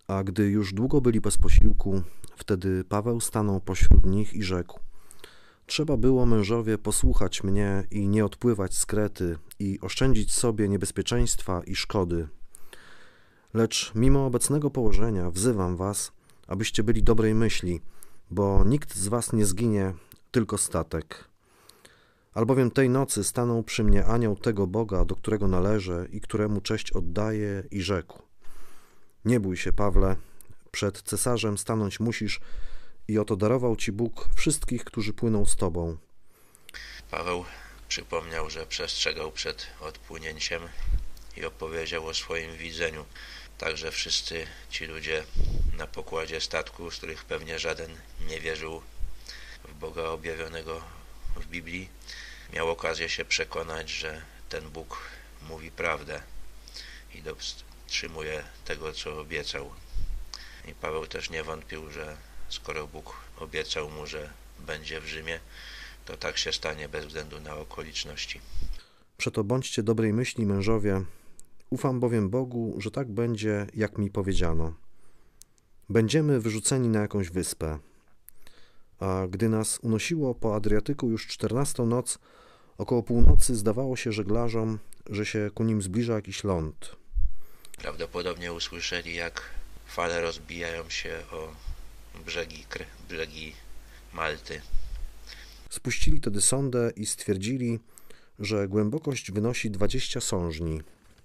A gdy już długo byli bez posiłku, wtedy Paweł stanął pośród nich i rzekł: Trzeba było, mężowie, posłuchać mnie i nie odpływać z Krety i oszczędzić sobie niebezpieczeństwa i szkody. Lecz mimo obecnego położenia wzywam was, abyście byli dobrej myśli, bo nikt z was nie zginie, tylko statek. Albowiem tej nocy stanął przy mnie anioł tego Boga, do którego należę i któremu cześć oddaję, i rzekł: Nie bój się, Pawle, przed cesarzem stanąć musisz, i oto darował ci Bóg wszystkich, którzy płyną z tobą. Paweł przypomniał, że przestrzegał przed odpłynięciem i opowiedział o swoim widzeniu. Także wszyscy ci ludzie na pokładzie statku, z których pewnie żaden nie wierzył w Boga objawionego w Biblii, miał okazję się przekonać, że ten Bóg mówi prawdę i dotrzymuje tego, co obiecał. I Paweł też nie wątpił, że skoro Bóg obiecał mu, że będzie w Rzymie, to tak się stanie bez względu na okoliczności. Przeto bądźcie dobrej myśli, mężowie. Ufam bowiem Bogu, że tak będzie, jak mi powiedziano. Będziemy wyrzuceni na jakąś wyspę. A gdy nas unosiło po Adriatyku już 14. noc, około północy zdawało się żeglarzom, że się ku nim zbliża jakiś ląd. Prawdopodobnie usłyszeli, jak fale rozbijają się o brzegi Malty. Spuścili tedy sondę i stwierdzili, że głębokość wynosi 20 sążni.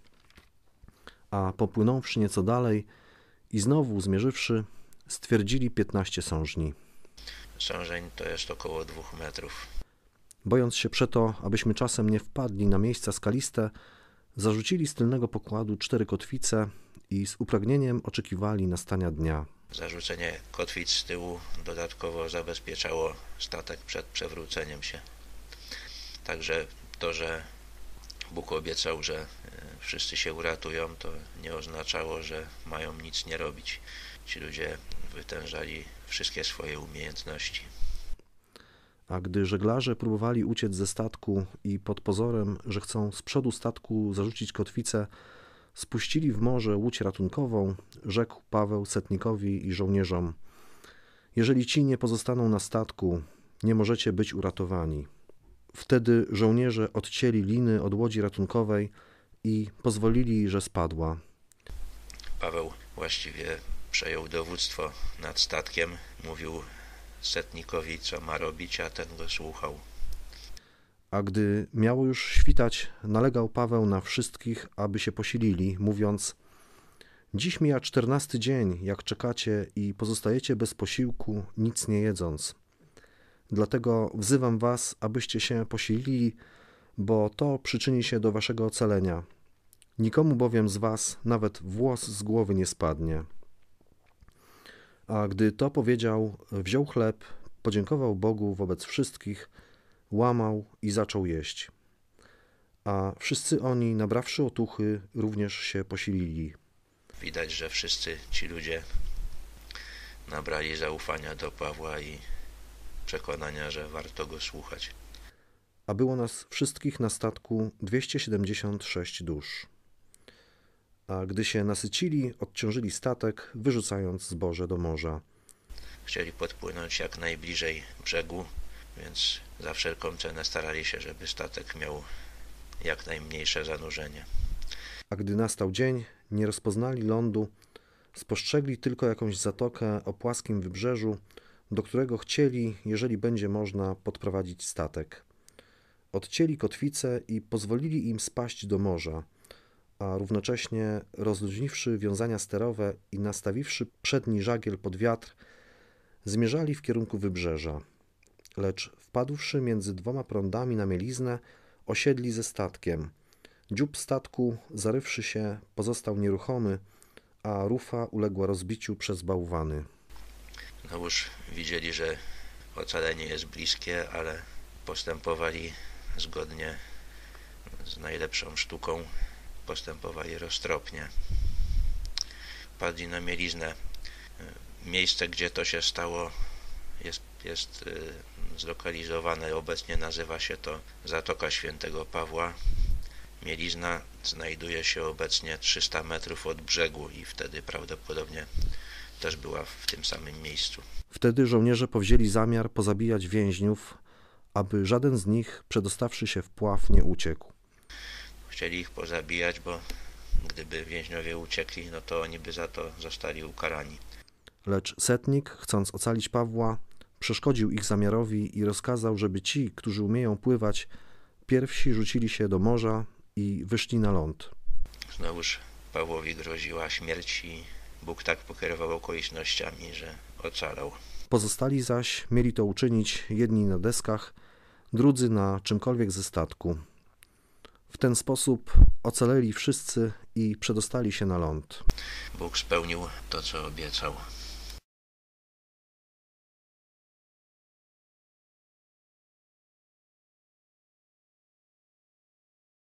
A popłynąwszy nieco dalej i znowu zmierzywszy, stwierdzili 15 sążni. Sążeń to jest około 2 metrów. Bojąc się przeto, abyśmy czasem nie wpadli na miejsca skaliste, zarzucili z tylnego pokładu 4 kotwice i z upragnieniem oczekiwali nastania dnia. Zarzucenie kotwic z tyłu dodatkowo zabezpieczało statek przed przewróceniem się. Także to, że Bóg obiecał, że wszyscy się uratują, to nie oznaczało, że mają nic nie robić. Ci ludzie wytężali wszystkie swoje umiejętności. A gdy żeglarze próbowali uciec ze statku i pod pozorem, że chcą z przodu statku zarzucić kotwicę, spuścili w morze łódź ratunkową, rzekł Paweł setnikowi i żołnierzom: Jeżeli ci nie pozostaną na statku, nie możecie być uratowani. Wtedy żołnierze odcięli liny od łodzi ratunkowej i pozwolili, że spadła. Paweł właściwie przejął dowództwo nad statkiem, mówił setnikowi, co ma robić, a ten go słuchał. A gdy miało już świtać, nalegał Paweł na wszystkich, aby się posilili, mówiąc: Dziś mija 14 dzień, jak czekacie i pozostajecie bez posiłku, nic nie jedząc. Dlatego wzywam was, abyście się posilili, bo to przyczyni się do waszego ocalenia. Nikomu bowiem z was nawet włos z głowy nie spadnie. A gdy to powiedział, wziął chleb, podziękował Bogu wobec wszystkich, łamał i zaczął jeść. A wszyscy oni, nabrawszy otuchy, również się posilili. Widać, że wszyscy ci ludzie nabrali zaufania do Pawła i przekonania, że warto go słuchać. A było nas wszystkich na statku 276 dusz. A gdy się nasycili, odciążyli statek, wyrzucając zboże do morza. Chcieli podpłynąć jak najbliżej brzegu, więc za wszelką cenę starali się, żeby statek miał jak najmniejsze zanurzenie. A gdy nastał dzień, nie rozpoznali lądu, spostrzegli tylko jakąś zatokę o płaskim wybrzeżu, do którego chcieli, jeżeli będzie można, podprowadzić statek. Odcięli kotwice i pozwolili im spaść do morza, a równocześnie rozluźniwszy wiązania sterowe i nastawiwszy przedni żagiel pod wiatr, zmierzali w kierunku wybrzeża. Lecz wpadłszy między 2 prądami na mieliznę, osiedli ze statkiem. Dziób statku, zarywszy się, pozostał nieruchomy, a rufa uległa rozbiciu przez bałwany. Znowuż widzieli, że ocalenie jest bliskie, ale postępowali zgodnie z najlepszą sztuką, postępowali roztropnie. Padli na mieliznę. Miejsce, gdzie to się stało, jest zlokalizowane. Obecnie nazywa się to Zatoka Świętego Pawła. Mielizna znajduje się obecnie 300 metrów od brzegu i wtedy prawdopodobnie też była w tym samym miejscu. Wtedy żołnierze powzięli zamiar pozabijać więźniów, aby żaden z nich, przedostawszy się w pław, nie uciekł. Chcieli ich pozabijać, bo gdyby więźniowie uciekli, no to oni by za to zostali ukarani. Lecz setnik, chcąc ocalić Pawła, przeszkodził ich zamiarowi i rozkazał, żeby ci, którzy umieją pływać, pierwsi rzucili się do morza i wyszli na ląd. Znowuż Pawłowi groziła śmierć i Bóg tak pokierował okolicznościami, że ocalał. Pozostali zaś mieli to uczynić jedni na deskach, drudzy na czymkolwiek ze statku. W ten sposób ocaleli wszyscy i przedostali się na ląd. Bóg spełnił to, co obiecał.